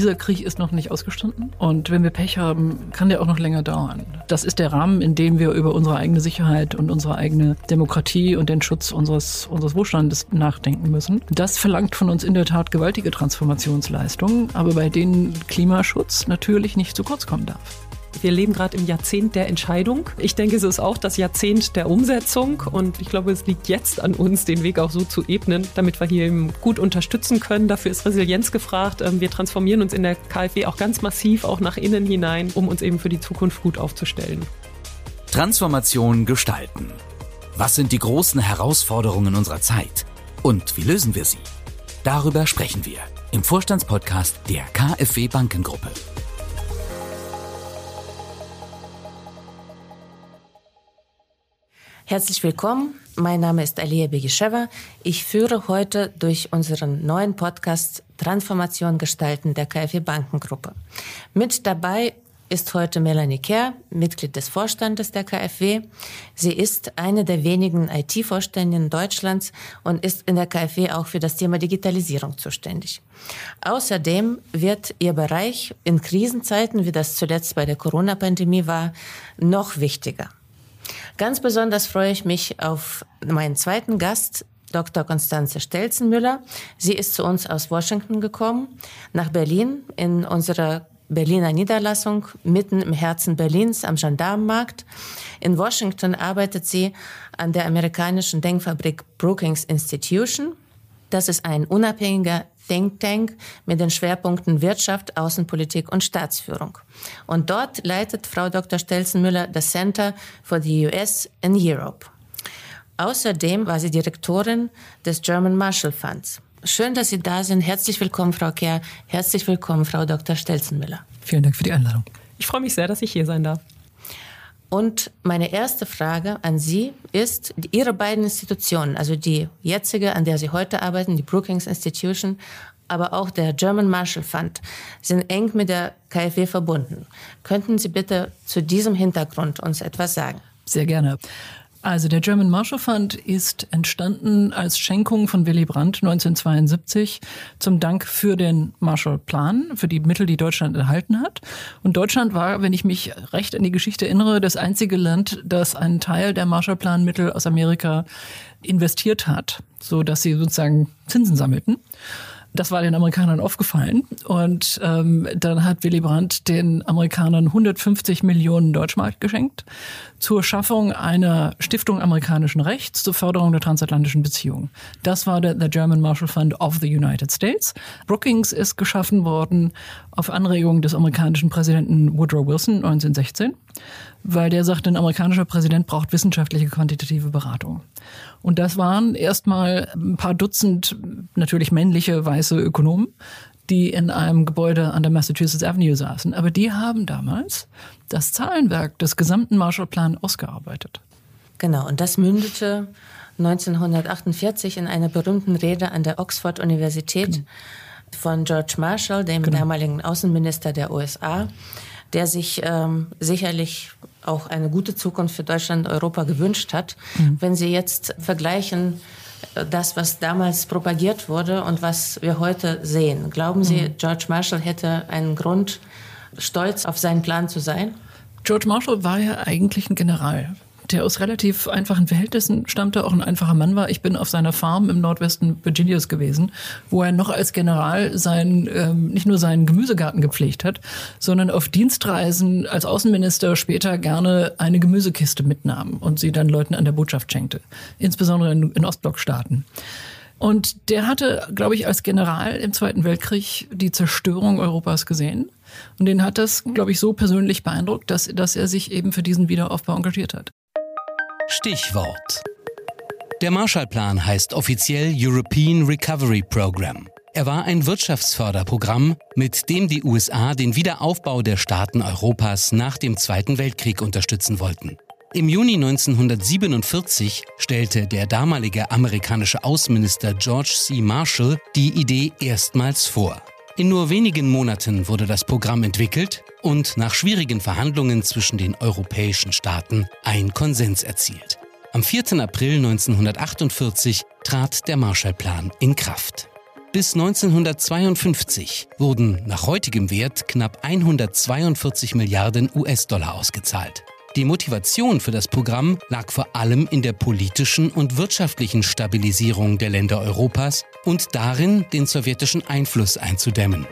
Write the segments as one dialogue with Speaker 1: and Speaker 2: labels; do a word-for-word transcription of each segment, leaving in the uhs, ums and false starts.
Speaker 1: dieser Krieg ist noch nicht ausgestanden. Und wenn wir Pech haben, kann der auch noch länger dauern. Das ist der Rahmen, in dem wir über unsere eigene Sicherheit und unsere eigene Demokratie und den Schutz unseres, unseres Wohlstandes nachdenken müssen. Das verlangt von uns in der Tat gewaltige Transformationsleistungen, aber bei denen Klimaschutz natürlich nicht zu kurz kommen darf.
Speaker 2: Wir leben gerade im Jahrzehnt der Entscheidung. Ich denke, es ist auch das Jahrzehnt der Umsetzung. Und ich glaube, es liegt jetzt an uns, den Weg auch so zu ebnen, damit wir hier eben gut unterstützen können. Dafür ist Resilienz gefragt. Wir transformieren uns in der KfW auch ganz massiv, auch nach innen hinein, um uns eben für die Zukunft gut aufzustellen.
Speaker 3: Transformation gestalten. Was sind die großen Herausforderungen unserer Zeit? Und wie lösen wir sie? Darüber sprechen wir im Vorstandspodcast der KfW Bankengruppe.
Speaker 4: Herzlich willkommen, mein Name ist Aliya Begischewa. Ich führe heute durch unseren neuen Podcast Transformation gestalten der KfW Bankengruppe. Mit dabei ist heute Melanie Kerr, Mitglied des Vorstandes der KfW. Sie ist eine der wenigen I T-Vorständinnen Deutschlands und ist in der KfW auch für das Thema Digitalisierung zuständig. Außerdem wird ihr Bereich in Krisenzeiten, wie das zuletzt bei der Corona-Pandemie war, noch wichtiger. Ganz besonders freue ich mich auf meinen zweiten Gast, Doktor Constanze Stelzenmüller. Sie ist zu uns aus Washington gekommen, nach Berlin, in unserer Berliner Niederlassung, mitten im Herzen Berlins am Gendarmenmarkt. In Washington arbeitet sie an der amerikanischen Denkfabrik Brookings Institution. Das ist ein unabhängiger Think Tank mit den Schwerpunkten Wirtschaft, Außenpolitik und Staatsführung. Und dort leitet Frau Doktor Stelzenmüller das Center for the U S in Europe. Außerdem war sie Direktorin des German Marshall Funds. Schön, dass Sie da sind. Herzlich willkommen, Frau Kerr. Herzlich willkommen, Frau Doktor Stelzenmüller.
Speaker 1: Vielen Dank für die Einladung.
Speaker 2: Ich freue mich sehr, dass ich hier sein darf.
Speaker 4: Und meine erste Frage an Sie ist, Ihre beiden Institutionen, also die jetzige, an der Sie heute arbeiten, die Brookings Institution, aber auch der German Marshall Fund, sind eng mit der KfW verbunden. Könnten Sie bitte zu diesem Hintergrund uns etwas sagen?
Speaker 1: Sehr gerne. Also der German Marshall Fund ist entstanden als Schenkung von Willy Brandt neunzehnhundertzweiundsiebzig zum Dank für den Marshall-Plan, für die Mittel, die Deutschland erhalten hat. Und Deutschland war, wenn ich mich recht an die Geschichte erinnere, das einzige Land, das einen Teil der Marshall-Plan-Mittel aus Amerika investiert hat, so dass sie sozusagen Zinsen sammelten. Das war den Amerikanern aufgefallen und ähm, dann hat Willy Brandt den Amerikanern hundertfünfzig Millionen Deutschmark geschenkt zur Schaffung einer Stiftung amerikanischen Rechts zur Förderung der transatlantischen Beziehungen. Das war der, der German Marshall Fund of the United States. Brookings ist geschaffen worden auf Anregung des amerikanischen Präsidenten Woodrow Wilson neunzehnhundertsechzehn, weil der sagte, ein amerikanischer Präsident braucht wissenschaftliche quantitative Beratung. Und das waren erstmal ein paar Dutzend natürlich männliche weiße Ökonomen, die in einem Gebäude an der Massachusetts Avenue saßen. Aber die haben damals das Zahlenwerk des gesamten Marshallplan ausgearbeitet.
Speaker 4: Genau, und das mündete neunzehnhundertachtundvierzig in einer berühmten Rede an der Oxford-Universität genau. von George Marshall, dem genau. damaligen Außenminister der U S A, der sich ähm, sicherlich auch eine gute Zukunft für Deutschland und Europa gewünscht hat. Mhm. Wenn Sie jetzt vergleichen, das, was damals propagiert wurde und was wir heute sehen, glauben Sie, mhm. George Marshall hätte einen Grund, stolz auf seinen Plan zu sein?
Speaker 1: George Marshall war ja eigentlich ein General, der aus relativ einfachen Verhältnissen stammte, auch ein einfacher Mann war. Ich bin auf seiner Farm im Nordwesten Virginias gewesen, wo er noch als General sein, ähm, nicht nur seinen Gemüsegarten gepflegt hat, sondern auf Dienstreisen als Außenminister später gerne eine Gemüsekiste mitnahm und sie dann Leuten an der Botschaft schenkte, insbesondere in, in Ostblockstaaten. Und der hatte, glaube ich, als General im Zweiten Weltkrieg die Zerstörung Europas gesehen. Und den hat das, glaube ich, so persönlich beeindruckt, dass, dass er sich eben für diesen Wiederaufbau engagiert hat.
Speaker 3: Stichwort. Der Marshallplan heißt offiziell European Recovery Program. Er war ein Wirtschaftsförderprogramm, mit dem die U S A den Wiederaufbau der Staaten Europas nach dem Zweiten Weltkrieg unterstützen wollten. Im Juni neunzehnhundertsiebenundvierzig stellte der damalige amerikanische Außenminister George C. Marshall die Idee erstmals vor. In nur wenigen Monaten wurde das Programm entwickelt und nach schwierigen Verhandlungen zwischen den europäischen Staaten ein Konsens erzielt. Am vierten April neunzehnhundertachtundvierzig trat der Marshallplan in Kraft. Bis neunzehnhundertzweiundfünfzig wurden nach heutigem Wert knapp hundertzweiundvierzig Milliarden U S-Dollar ausgezahlt. Die Motivation für das Programm lag vor allem in der politischen und wirtschaftlichen Stabilisierung der Länder Europas und darin, den sowjetischen Einfluss einzudämmen.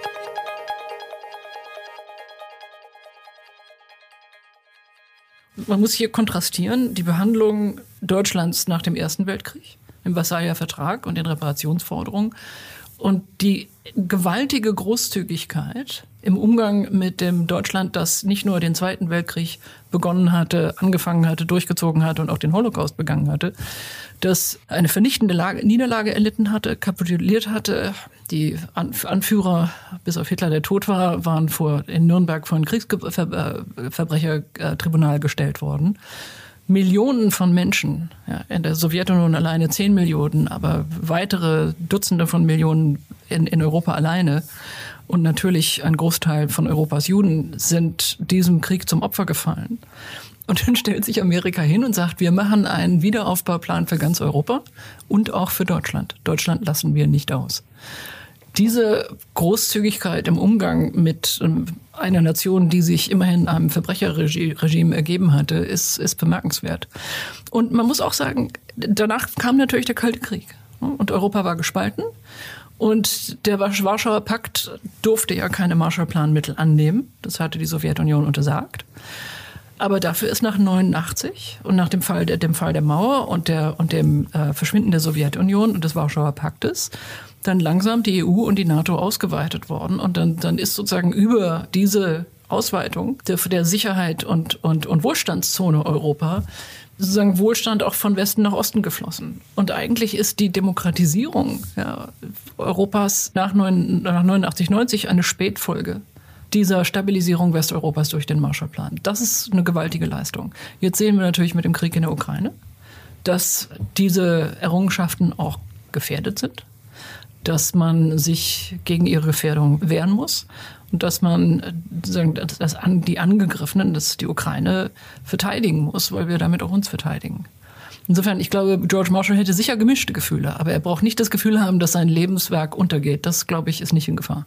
Speaker 1: Man muss hier kontrastieren, die Behandlung Deutschlands nach dem Ersten Weltkrieg, im Versailler Vertrag und den Reparationsforderungen und die gewaltige Großzügigkeit im Umgang mit dem Deutschland, das nicht nur den Zweiten Weltkrieg begonnen hatte, angefangen hatte, durchgezogen hatte und auch den Holocaust begangen hatte, das eine vernichtende Lage, Niederlage erlitten hatte, kapituliert hatte. Die Anführer, bis auf Hitler, der tot war, waren vor, in Nürnberg vor ein Kriegsverbrechertribunal gestellt worden. Millionen von Menschen, ja, in der Sowjetunion alleine zehn Millionen, aber weitere Dutzende von Millionen in, in Europa alleine und natürlich ein Großteil von Europas Juden sind diesem Krieg zum Opfer gefallen. Und dann stellt sich Amerika hin und sagt, wir machen einen Wiederaufbauplan für ganz Europa und auch für Deutschland. Deutschland lassen wir nicht aus. Diese Großzügigkeit im Umgang mit einer Nation, die sich immerhin einem Verbrecherregime ergeben hatte, ist, ist bemerkenswert. Und man muss auch sagen, danach kam natürlich der Kalte Krieg. Und Europa war gespalten. Und der Warschauer Pakt durfte ja keine Marshallplan-Mittel annehmen. Das hatte die Sowjetunion untersagt. Aber dafür ist nach neunundachtzig und nach dem Fall der, dem Fall der Mauer und, der, und dem äh, Verschwinden der Sowjetunion und des Warschauer Paktes dann langsam die E U und die NATO ausgeweitet worden. Und dann, dann ist sozusagen über diese Ausweitung der, der Sicherheit und, und, und Wohlstandszone Europa sozusagen Wohlstand auch von Westen nach Osten geflossen. Und eigentlich ist die Demokratisierung ja, Europas nach, neun, nach neunundachtzig, neunzig eine Spätfolge dieser Stabilisierung Westeuropas durch den Marshallplan. Das ist eine gewaltige Leistung. Jetzt sehen wir natürlich mit dem Krieg in der Ukraine, dass diese Errungenschaften auch gefährdet sind, dass man sich gegen ihre Gefährdung wehren muss und dass man dass die Angegriffenen, dass die Ukraine verteidigen muss, weil wir damit auch uns verteidigen. Insofern, ich glaube, George Marshall hätte sicher gemischte Gefühle, aber er braucht nicht das Gefühl haben, dass sein Lebenswerk untergeht. Das, glaube ich, ist nicht in Gefahr.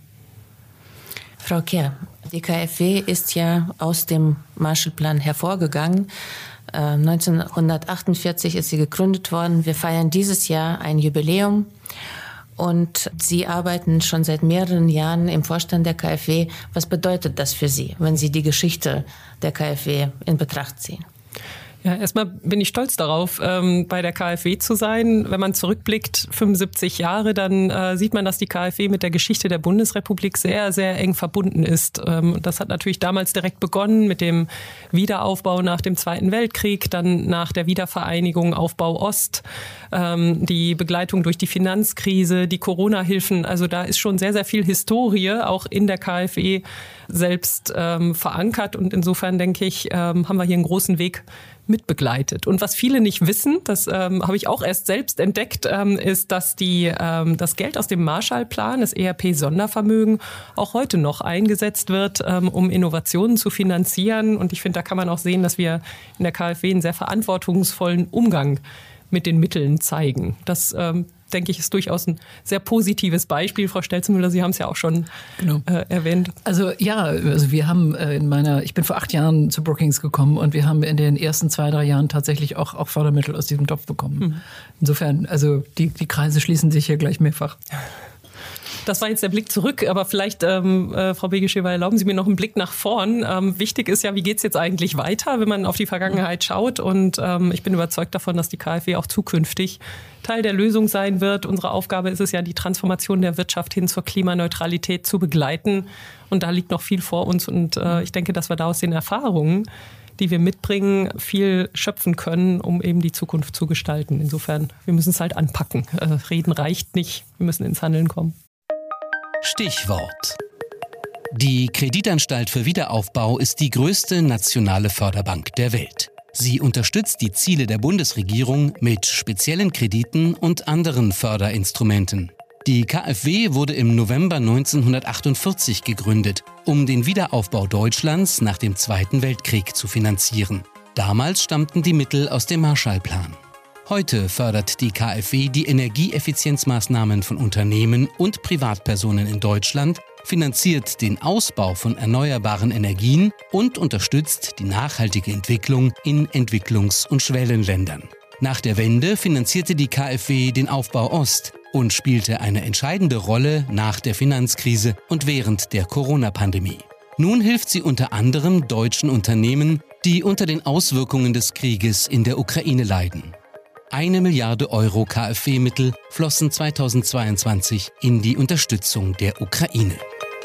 Speaker 4: Frau Kehr, die K f W ist ja aus dem Marshallplan hervorgegangen. Äh, neunzehnhundertachtundvierzig ist sie gegründet worden. Wir feiern dieses Jahr ein Jubiläum. Und Sie arbeiten schon seit mehreren Jahren im Vorstand der K f W. Was bedeutet das für Sie, wenn Sie die Geschichte der K f W in Betracht ziehen?
Speaker 2: Ja, erstmal bin ich stolz darauf, ähm, bei der K f W zu sein. Wenn man zurückblickt, fünfundsiebzig Jahre, dann äh, sieht man, dass die K f W mit der Geschichte der Bundesrepublik sehr, sehr eng verbunden ist. Ähm, das hat natürlich damals direkt begonnen mit dem Wiederaufbau nach dem Zweiten Weltkrieg, dann nach der Wiedervereinigung Aufbau Ost, ähm, die Begleitung durch die Finanzkrise, die Corona-Hilfen. Also da ist schon sehr, sehr viel Historie auch in der K f W selbst ähm, verankert. Und insofern denke ich, ähm, haben wir hier einen großen Weg mitbegleitet. Und was viele nicht wissen, das ähm, habe ich auch erst selbst entdeckt, ähm, ist, dass die, ähm, das Geld aus dem Marshallplan, das E R P-Sondervermögen, auch heute noch eingesetzt wird, ähm, um Innovationen zu finanzieren. Und ich finde, da kann man auch sehen, dass wir in der K f W einen sehr verantwortungsvollen Umgang mit den Mitteln zeigen. Das ähm, denke ich, ist durchaus ein sehr positives Beispiel. Frau Stelzenmüller, Sie haben es ja auch schon genau. äh, erwähnt.
Speaker 1: Also ja, also wir haben äh, in meiner, ich bin vor acht Jahren zu Brookings gekommen und wir haben in den ersten zwei, drei Jahren tatsächlich auch, auch Fördermittel aus diesem Topf bekommen. Mhm. Insofern, also die, die Kreise schließen sich hier gleich mehrfach.
Speaker 2: Das war jetzt der Blick zurück, aber vielleicht, ähm, äh, Frau Begeschewa, erlauben Sie mir noch einen Blick nach vorn. Ähm, wichtig ist ja, wie geht es jetzt eigentlich weiter, wenn man auf die Vergangenheit schaut? Und ähm, ich bin überzeugt davon, dass die K f W auch zukünftig Teil der Lösung sein wird. Unsere Aufgabe ist es ja, die Transformation der Wirtschaft hin zur Klimaneutralität zu begleiten. Und da liegt noch viel vor uns. Und äh, ich denke, dass wir da aus den Erfahrungen, die wir mitbringen, viel schöpfen können, um eben die Zukunft zu gestalten. Insofern, wir müssen es halt anpacken. Äh, reden reicht nicht, wir müssen ins Handeln kommen.
Speaker 3: Stichwort: Die Kreditanstalt für Wiederaufbau ist die größte nationale Förderbank der Welt. Sie unterstützt die Ziele der Bundesregierung mit speziellen Krediten und anderen Förderinstrumenten. Die K f W wurde im November neunzehnhundertachtundvierzig gegründet, um den Wiederaufbau Deutschlands nach dem Zweiten Weltkrieg zu finanzieren. Damals stammten die Mittel aus dem Marshallplan. Heute fördert die KfW die Energieeffizienzmaßnahmen von Unternehmen und Privatpersonen in Deutschland, finanziert den Ausbau von erneuerbaren Energien und unterstützt die nachhaltige Entwicklung in Entwicklungs- und Schwellenländern. Nach der Wende finanzierte die KfW den Aufbau Ost und spielte eine entscheidende Rolle nach der Finanzkrise und während der Corona-Pandemie. Nun hilft sie unter anderem deutschen Unternehmen, die unter den Auswirkungen des Krieges in der Ukraine leiden. Eine Milliarde Euro KfW-Mittel flossen zweitausendzweiundzwanzig in die Unterstützung der Ukraine.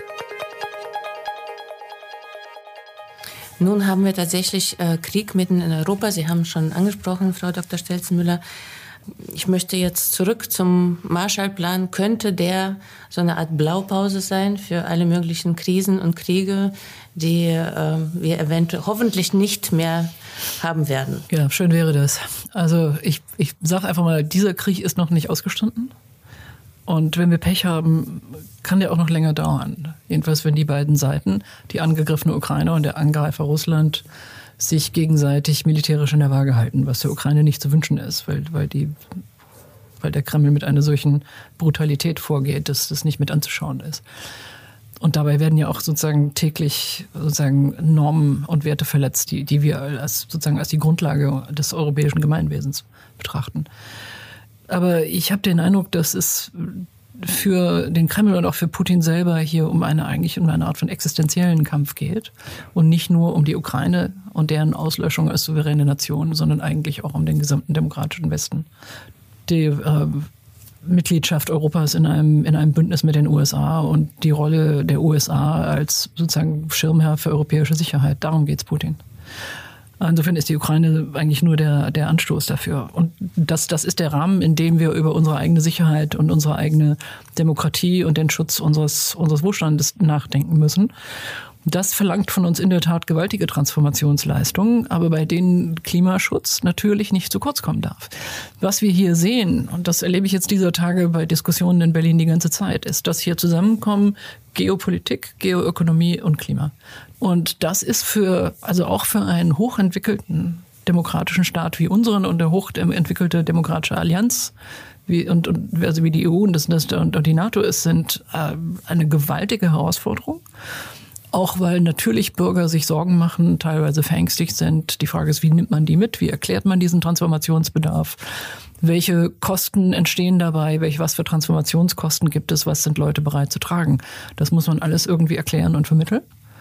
Speaker 4: Nun haben wir tatsächlich äh, Krieg mitten in Europa. Sie haben schon angesprochen, Frau Doktor Stelzenmüller. Ich möchte jetzt zurück zum Marshallplan. Könnte der so eine Art Blaupause sein für alle möglichen Krisen und Kriege, die äh, wir eventuell hoffentlich nicht mehr haben werden?
Speaker 1: Ja, schön wäre das. Also ich, ich sage einfach mal, dieser Krieg ist noch nicht ausgestanden. Und wenn wir Pech haben, kann der auch noch länger dauern. Jedenfalls, wenn die beiden Seiten, die angegriffene Ukraine und der Angreifer Russland, sich gegenseitig militärisch in der Waage halten, was der Ukraine nicht zu wünschen ist, weil, weil, die, weil der Kreml mit einer solchen Brutalität vorgeht, dass das nicht mit anzuschauen ist. Und dabei werden ja auch sozusagen täglich sozusagen Normen und Werte verletzt, die, die wir als, sozusagen als die Grundlage des europäischen Gemeinwesens betrachten. Aber ich habe den Eindruck, dass es für den Kreml und auch für Putin selber hier um eine eigentlich um eine Art von existenziellen Kampf geht und nicht nur um die Ukraine und deren Auslöschung als souveräne Nation, sondern eigentlich auch um den gesamten demokratischen Westen. Die äh, Mitgliedschaft Europas in einem in einem Bündnis mit den U S A und die Rolle der U S A als sozusagen Schirmherr für europäische Sicherheit. Darum geht's Putin. Insofern ist die Ukraine eigentlich nur der, der Anstoß dafür. Und das, das ist der Rahmen, in dem wir über unsere eigene Sicherheit und unsere eigene Demokratie und den Schutz unseres, unseres Wohlstandes nachdenken müssen. Das verlangt von uns in der Tat gewaltige Transformationsleistungen, aber bei denen Klimaschutz natürlich nicht zu kurz kommen darf. Was wir hier sehen, und das erlebe ich jetzt dieser Tage bei Diskussionen in Berlin die ganze Zeit, ist, dass hier zusammenkommen Geopolitik, Geoökonomie und Klima. Und das ist für, also auch für einen hochentwickelten demokratischen Staat wie unseren und eine hochentwickelte demokratische Allianz wie, und, und also wie die E U und, das, das, und die NATO ist, sind äh, eine gewaltige Herausforderung. Auch weil natürlich Bürger sich Sorgen machen, teilweise verängstigt sind. Die Frage ist, wie nimmt man die mit? Wie erklärt man diesen Transformationsbedarf? Welche Kosten entstehen dabei? Welche, was für Transformationskosten gibt es? Was sind Leute bereit zu tragen? Das muss man alles irgendwie erklären und vermitteln.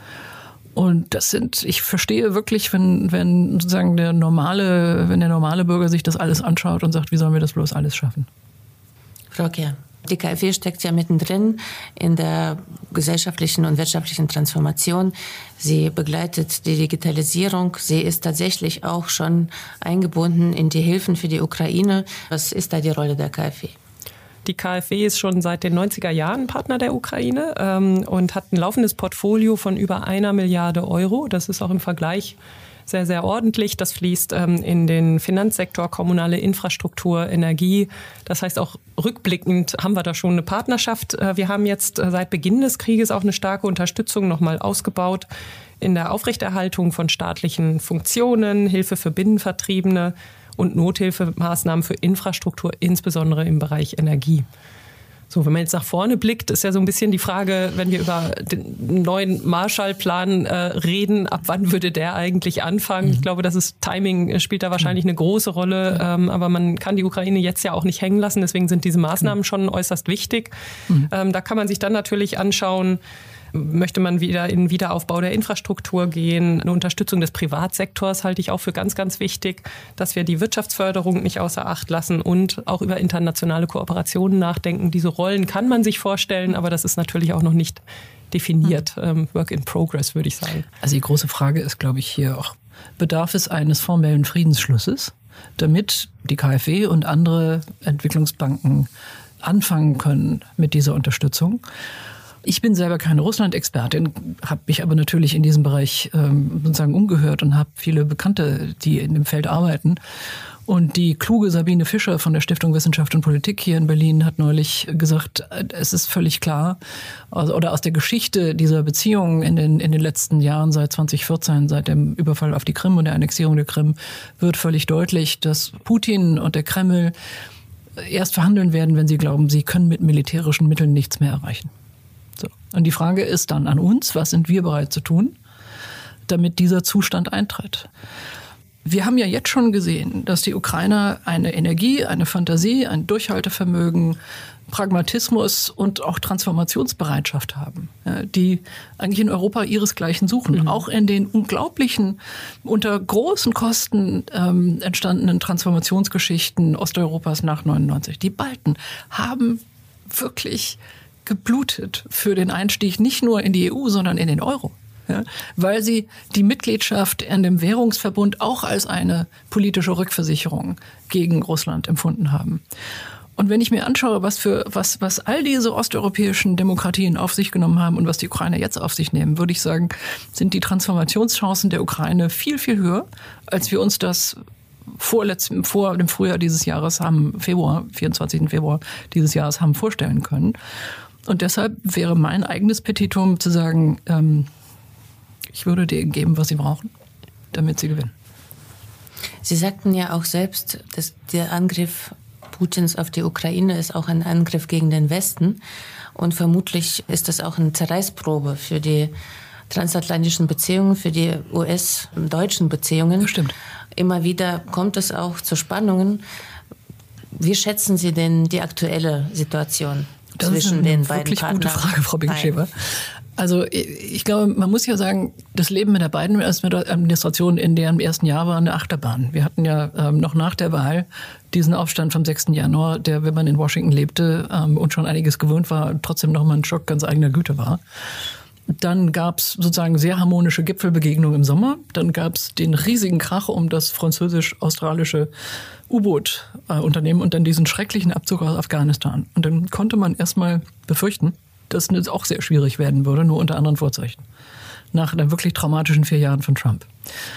Speaker 1: Und das sind, ich verstehe wirklich, wenn, wenn sozusagen der normale, wenn der normale Bürger sich das alles anschaut und sagt, wie sollen wir das bloß alles schaffen?
Speaker 4: Frau Kehr. Die KfW steckt ja mittendrin in der gesellschaftlichen und wirtschaftlichen Transformation. Sie begleitet die Digitalisierung. Sie ist tatsächlich auch schon eingebunden in die Hilfen für die Ukraine. Was ist da die Rolle der KfW?
Speaker 2: Die KfW ist schon seit den neunziger Jahren Partner der Ukraine ähm, und hat ein laufendes Portfolio von über einer Milliarde Euro. Das ist auch im Vergleich sehr, sehr ordentlich. Das fließt ähm, in den Finanzsektor, kommunale Infrastruktur, Energie. Das heißt, auch rückblickend haben wir da schon eine Partnerschaft. Äh, wir haben jetzt äh, seit Beginn des Krieges auch eine starke Unterstützung nochmal ausgebaut in der Aufrechterhaltung von staatlichen Funktionen, Hilfe für Binnenvertriebene und Nothilfemaßnahmen für Infrastruktur, insbesondere im Bereich Energie. So, wenn man jetzt nach vorne blickt, ist ja so ein bisschen die Frage, wenn wir über den neuen Marshallplan äh, reden, ab wann würde der eigentlich anfangen? Mhm. Ich glaube, das ist Timing spielt da wahrscheinlich eine große Rolle, ja. ähm, aber man kann die Ukraine jetzt ja auch nicht hängen lassen, deswegen sind diese Maßnahmen schon äußerst wichtig. Mhm. Ähm, da kann man sich dann natürlich anschauen, möchte man wieder in den Wiederaufbau der Infrastruktur gehen. Eine Unterstützung des Privatsektors halte ich auch für ganz, ganz wichtig, dass wir die Wirtschaftsförderung nicht außer Acht lassen und auch über internationale Kooperationen nachdenken. Diese Rollen kann man sich vorstellen, aber das ist natürlich auch noch nicht definiert. Ähm, Work in progress, würde ich sagen.
Speaker 1: Also die große Frage ist, glaube ich, hier auch, bedarf es eines formellen Friedensschlusses, damit die KfW und andere Entwicklungsbanken anfangen können mit dieser Unterstützung? Ich bin selber keine Russland-Expertin, habe mich aber natürlich in diesem Bereich ähm, sozusagen umgehört und habe viele Bekannte, die in dem Feld arbeiten. Und die kluge Sabine Fischer von der Stiftung Wissenschaft und Politik hier in Berlin hat neulich gesagt, es ist völlig klar, also, oder aus der Geschichte dieser Beziehungen in den, in den letzten Jahren, seit zwanzig vierzehn, seit dem Überfall auf die Krim und der Annexierung der Krim, wird völlig deutlich, dass Putin und der Kreml erst verhandeln werden, wenn sie glauben, sie können mit militärischen Mitteln nichts mehr erreichen. So. Und die Frage ist dann an uns, was sind wir bereit zu tun, damit dieser Zustand eintritt? Wir haben ja jetzt schon gesehen, dass die Ukrainer eine Energie, eine Fantasie, ein Durchhaltevermögen, Pragmatismus und auch Transformationsbereitschaft haben, die eigentlich in Europa ihresgleichen suchen. Mhm. Auch in den unglaublichen, unter großen Kosten ähm, entstandenen Transformationsgeschichten Osteuropas nach neunundneunzig. Die Balten haben wirklich geblutet für den Einstieg nicht nur in die E U, sondern in den Euro. Ja, weil sie die Mitgliedschaft in dem Währungsverbund auch als eine politische Rückversicherung gegen Russland empfunden haben. Und wenn ich mir anschaue, was für was was all diese osteuropäischen Demokratien auf sich genommen haben und was die Ukrainer jetzt auf sich nehmen, würde ich sagen, sind die Transformationschancen der Ukraine viel, viel höher, als wir uns das vor, letztem, vor dem Frühjahr dieses Jahres haben, Februar, vierundzwanzigsten Februar dieses Jahres haben vorstellen können. Und deshalb wäre mein eigenes Petitum zu sagen, ähm, ich würde denen geben, was sie brauchen, damit sie gewinnen.
Speaker 4: Sie sagten ja auch selbst, dass der Angriff Putins auf die Ukraine ist auch ein Angriff gegen den Westen. Und vermutlich ist das auch eine Zerreißprobe für die transatlantischen Beziehungen, für die U S-deutschen Beziehungen.
Speaker 1: Das stimmt.
Speaker 4: Immer wieder kommt es auch zu Spannungen. Wie schätzen Sie denn die aktuelle Situation
Speaker 1: das
Speaker 4: zwischen den beiden
Speaker 1: Partnern? Das ist eine wirklich
Speaker 4: Partnern?
Speaker 1: gute Frage, Frau Begenschäfer. Also ich glaube, man muss ja sagen, das Leben mit der Biden-Administration in deren ersten Jahr war eine Achterbahn. Wir hatten ja ähm, noch nach der Wahl diesen Aufstand vom sechsten Januar, der, wenn man in Washington lebte ähm, und schon einiges gewöhnt war, trotzdem nochmal ein Schock ganz eigener Güte war. Dann gab es sozusagen sehr harmonische Gipfelbegegnungen im Sommer. Dann gab es den riesigen Krach um das französisch-australische U-Boot-Unternehmen und dann diesen schrecklichen Abzug aus Afghanistan. Und dann konnte man erstmal befürchten, dass es auch sehr schwierig werden würde, nur unter anderen Vorzeichen. Nach den wirklich traumatischen vier Jahren von Trump.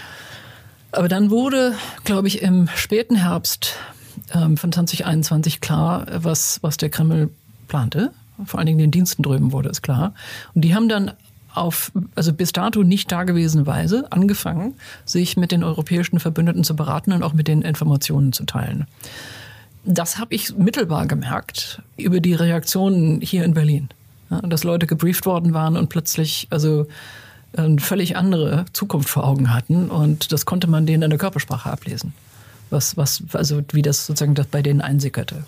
Speaker 1: Aber dann wurde, glaube ich, im späten Herbst ähm, von zwanzig einundzwanzig klar, was, was der Kreml plante. Vor allen Dingen den Diensten drüben wurde es klar. Und die haben dann auf, also bis dato nicht dagewesene Weise angefangen, sich mit den europäischen Verbündeten zu beraten und auch mit den Informationen zu teilen. Das habe ich mittelbar gemerkt über die Reaktionen hier in Berlin. Ja, dass Leute gebrieft worden waren und plötzlich also eine völlig andere Zukunft vor Augen hatten. Und das konnte man denen in der Körpersprache ablesen. Was, was, also wie das sozusagen das bei denen einsickerte.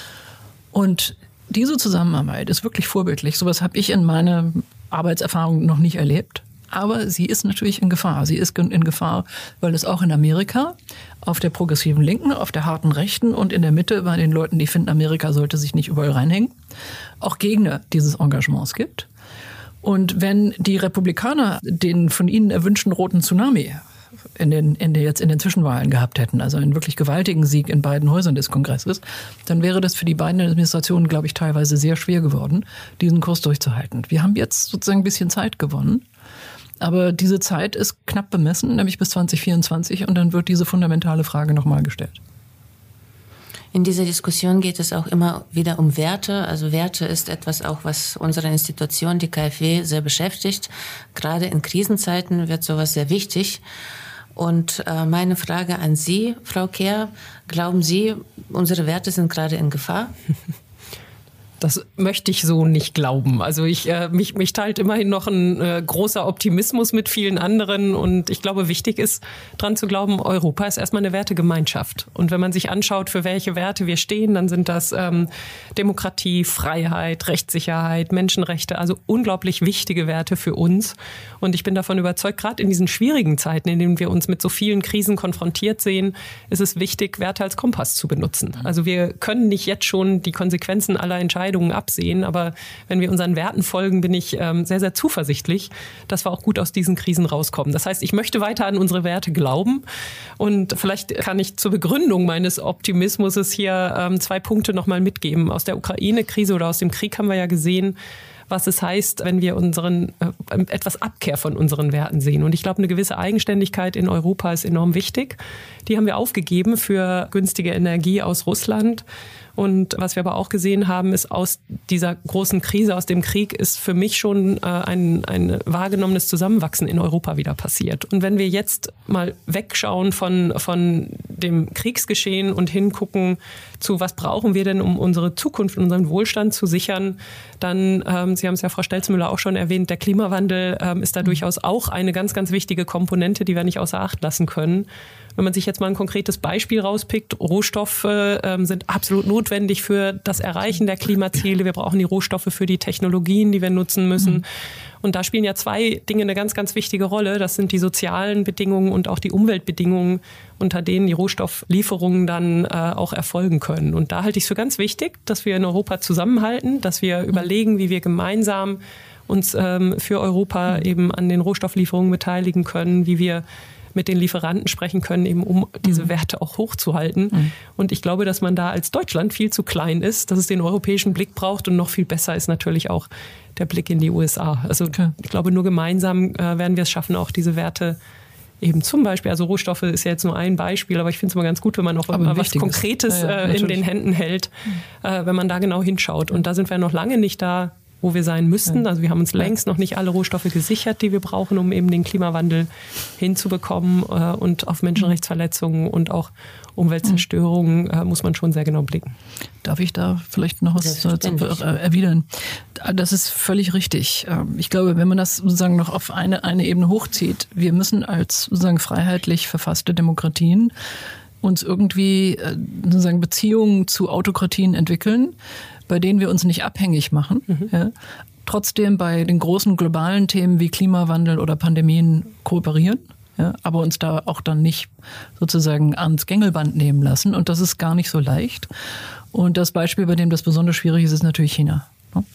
Speaker 1: Und diese Zusammenarbeit ist wirklich vorbildlich. Sowas habe ich in meiner Arbeitserfahrung noch nicht erlebt. Aber sie ist natürlich in Gefahr. Sie ist in Gefahr, weil es auch in Amerika auf der progressiven Linken, auf der harten Rechten und in der Mitte bei den Leuten, die finden, Amerika sollte sich nicht überall reinhängen, auch Gegner dieses Engagements gibt. Und wenn die Republikaner den von ihnen erwünschten roten Tsunami in den, in der, jetzt in den Zwischenwahlen gehabt hätten, also einen wirklich gewaltigen Sieg in beiden Häusern des Kongresses, dann wäre das für die beiden Administrationen, glaube ich, teilweise sehr schwer geworden, diesen Kurs durchzuhalten. Wir haben jetzt sozusagen ein bisschen Zeit gewonnen. Aber diese Zeit ist knapp bemessen, nämlich bis zwanzig vierundzwanzig, und dann wird diese fundamentale Frage nochmal gestellt.
Speaker 4: In dieser Diskussion geht es auch immer wieder um Werte. Also Werte ist etwas auch, was unsere Institution, die K f W, sehr beschäftigt. Gerade in Krisenzeiten wird sowas sehr wichtig. Und äh, meine Frage an Sie, Frau Kehr, glauben Sie, unsere Werte sind gerade in Gefahr?
Speaker 2: Das möchte ich so nicht glauben. Also ich, äh, mich, mich teilt immerhin noch ein äh, großer Optimismus mit vielen anderen. Und ich glaube, wichtig ist, dran zu glauben, Europa ist erstmal eine Wertegemeinschaft. Und wenn man sich anschaut, für welche Werte wir stehen, dann sind das ähm, Demokratie, Freiheit, Rechtssicherheit, Menschenrechte, also unglaublich wichtige Werte für uns. Und ich bin davon überzeugt, gerade in diesen schwierigen Zeiten, in denen wir uns mit so vielen Krisen konfrontiert sehen, ist es wichtig, Werte als Kompass zu benutzen. Also wir können nicht jetzt schon die Konsequenzen aller Entscheidungen absehen, aber wenn wir unseren Werten folgen, bin ich ähm, sehr, sehr zuversichtlich, dass wir auch gut aus diesen Krisen rauskommen. Das heißt, ich möchte weiter an unsere Werte glauben und vielleicht kann ich zur Begründung meines Optimismus hier ähm, zwei Punkte nochmal mitgeben. Aus der Ukraine-Krise oder aus dem Krieg haben wir ja gesehen, was es heißt, wenn wir unseren äh, etwas Abkehr von unseren Werten sehen. Und ich glaube, eine gewisse Eigenständigkeit in Europa ist enorm wichtig. Die haben wir aufgegeben für günstige Energie aus Russland. Und was wir aber auch gesehen haben, ist aus dieser großen Krise, aus dem Krieg, ist für mich schon äh, ein, ein wahrgenommenes Zusammenwachsen in Europa wieder passiert. Und wenn wir jetzt mal wegschauen von, von dem Kriegsgeschehen und hingucken zu, was brauchen wir denn, um unsere Zukunft, unseren Wohlstand zu sichern, dann, ähm, Sie haben es ja, Frau Stelzmüller, auch schon erwähnt, der Klimawandel ähm, ist da mhm. durchaus auch eine ganz, ganz wichtige Komponente, die wir nicht außer Acht lassen können. Wenn man sich jetzt mal ein konkretes Beispiel rauspickt, Rohstoffe ähm, sind absolut notwendig für das Erreichen der Klimaziele. Wir brauchen die Rohstoffe für die Technologien, die wir nutzen müssen. Mhm. Und da spielen ja zwei Dinge eine ganz, ganz wichtige Rolle. Das sind die sozialen Bedingungen und auch die Umweltbedingungen, unter denen die Rohstofflieferungen dann äh, auch erfolgen können. Und da halte ich es für ganz wichtig, dass wir in Europa zusammenhalten, dass wir mhm. überlegen, wie wir gemeinsam uns ähm, für Europa mhm. eben an den Rohstofflieferungen beteiligen können, wie wir mit den Lieferanten sprechen können, eben um diese Werte auch hochzuhalten. Mhm. Und ich glaube, dass man da als Deutschland viel zu klein ist, dass es den europäischen Blick braucht und noch viel besser ist natürlich auch der Blick in die U S A. Also okay. ich glaube, nur gemeinsam äh, werden wir es schaffen, auch diese Werte eben zum Beispiel, also Rohstoffe ist ja jetzt nur ein Beispiel, aber ich finde es immer ganz gut, wenn man auch immer was Konkretes ja, ja, äh, in den Händen hält, mhm. äh, wenn man da genau hinschaut. Und da sind wir noch lange nicht da, wo wir sein müssten. Also wir haben uns längst noch nicht alle Rohstoffe gesichert, die wir brauchen, um eben den Klimawandel hinzubekommen. Und auf Menschenrechtsverletzungen und auch Umweltzerstörung muss man schon sehr genau blicken.
Speaker 1: Darf ich da vielleicht noch was zu erwidern? Das ist völlig richtig. Ich glaube, wenn man das sozusagen noch auf eine, eine Ebene hochzieht, wir müssen als sozusagen freiheitlich verfasste Demokratien uns irgendwie sozusagen Beziehungen zu Autokratien entwickeln, bei denen wir uns nicht abhängig machen, mhm. ja, trotzdem bei den großen globalen Themen wie Klimawandel oder Pandemien kooperieren, ja, aber uns da auch dann nicht sozusagen ans Gängelband nehmen lassen. Und das ist gar nicht so leicht. Und das Beispiel, bei dem das besonders schwierig ist, ist natürlich China.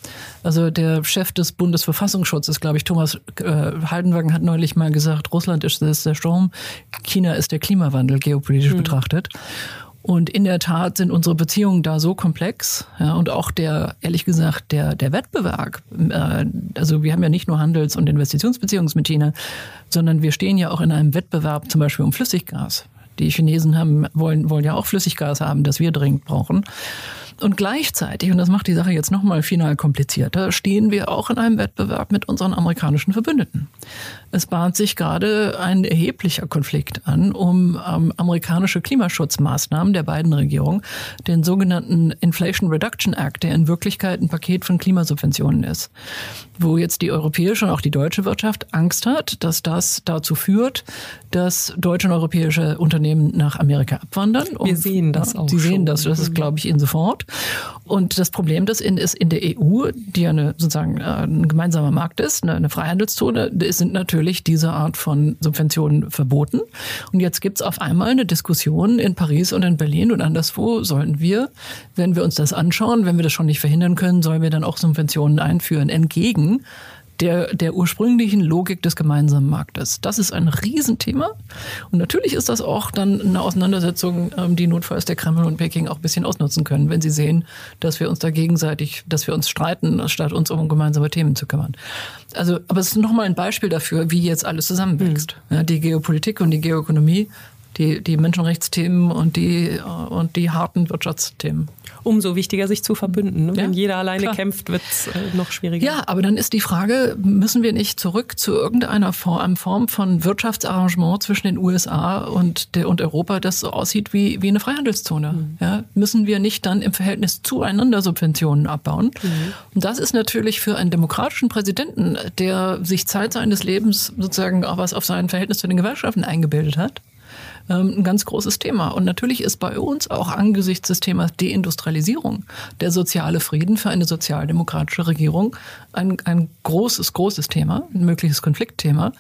Speaker 1: Also der Chef des Bundesverfassungsschutzes, glaube ich, Thomas äh, Haldenwang, hat neulich mal gesagt, Russland ist, ist der Sturm, China ist der Klimawandel, geopolitisch mhm. betrachtet. Und in der Tat sind unsere Beziehungen da so komplex, ja, und auch der, ehrlich gesagt, der, der Wettbewerb. Äh, also wir haben ja nicht nur Handels- und Investitionsbeziehungen mit China, sondern wir stehen ja auch in einem Wettbewerb zum Beispiel um Flüssiggas. Die Chinesen haben, wollen, wollen ja auch Flüssiggas haben, das wir dringend brauchen. Und gleichzeitig, und das macht die Sache jetzt nochmal final komplizierter, stehen wir auch in einem Wettbewerb mit unseren amerikanischen Verbündeten. Es bahnt sich gerade ein erheblicher Konflikt an um ähm, amerikanische Klimaschutzmaßnahmen der beiden Regierungen, den sogenannten Inflation Reduction Act, der in Wirklichkeit ein Paket von Klimasubventionen ist, wo jetzt die europäische und auch die deutsche Wirtschaft Angst hat, dass das dazu führt, dass deutsche und europäische Unternehmen nach Amerika abwandern.
Speaker 2: Wir sehen das auch.
Speaker 1: Sie sehen das, das ist, glaube ich, Ihnen sofort. Und das Problem, das ist in der E U, die ja eine, sozusagen ein gemeinsamer Markt ist, eine Freihandelszone, sind natürlich diese Art von Subventionen verboten. Und jetzt gibt es auf einmal eine Diskussion in Paris und in Berlin und anderswo, sollen wir, wenn wir uns das anschauen, wenn wir das schon nicht verhindern können, sollen wir dann auch Subventionen einführen, entgegen Der, der ursprünglichen Logik des gemeinsamen Marktes. Das ist ein Riesenthema. Und natürlich ist das auch dann eine Auseinandersetzung, die notfalls der Kreml und Peking auch ein bisschen ausnutzen können, wenn sie sehen, dass wir uns da gegenseitig, dass wir uns streiten, statt uns um gemeinsame Themen zu kümmern. Also, aber es ist nochmal ein Beispiel dafür, wie jetzt alles zusammenwächst. Mhm. Ja, die Geopolitik und die Geoökonomie, die, die Menschenrechtsthemen und die, und die harten Wirtschaftsthemen.
Speaker 2: Umso wichtiger, sich zu verbünden. Ne?
Speaker 1: Ja,
Speaker 2: wenn jeder alleine
Speaker 1: klar.
Speaker 2: kämpft, wird es äh, noch schwieriger.
Speaker 1: Ja, aber dann ist die Frage, müssen wir nicht zurück zu irgendeiner Form, Form von Wirtschaftsarrangement zwischen den U S A und, der, und Europa, das so aussieht wie, wie eine Freihandelszone? Mhm. Ja, müssen wir nicht dann im Verhältnis zueinander Subventionen abbauen? Mhm. Und das ist natürlich für einen demokratischen Präsidenten, der sich Zeit seines Lebens sozusagen auch was auf sein Verhältnis zu den Gewerkschaften eingebildet hat, ein ganz großes Thema. Und natürlich ist bei uns auch angesichts des Themas Deindustrialisierung der soziale Frieden für eine sozialdemokratische Regierung ein, ein großes, großes Thema, ein mögliches Konfliktthema.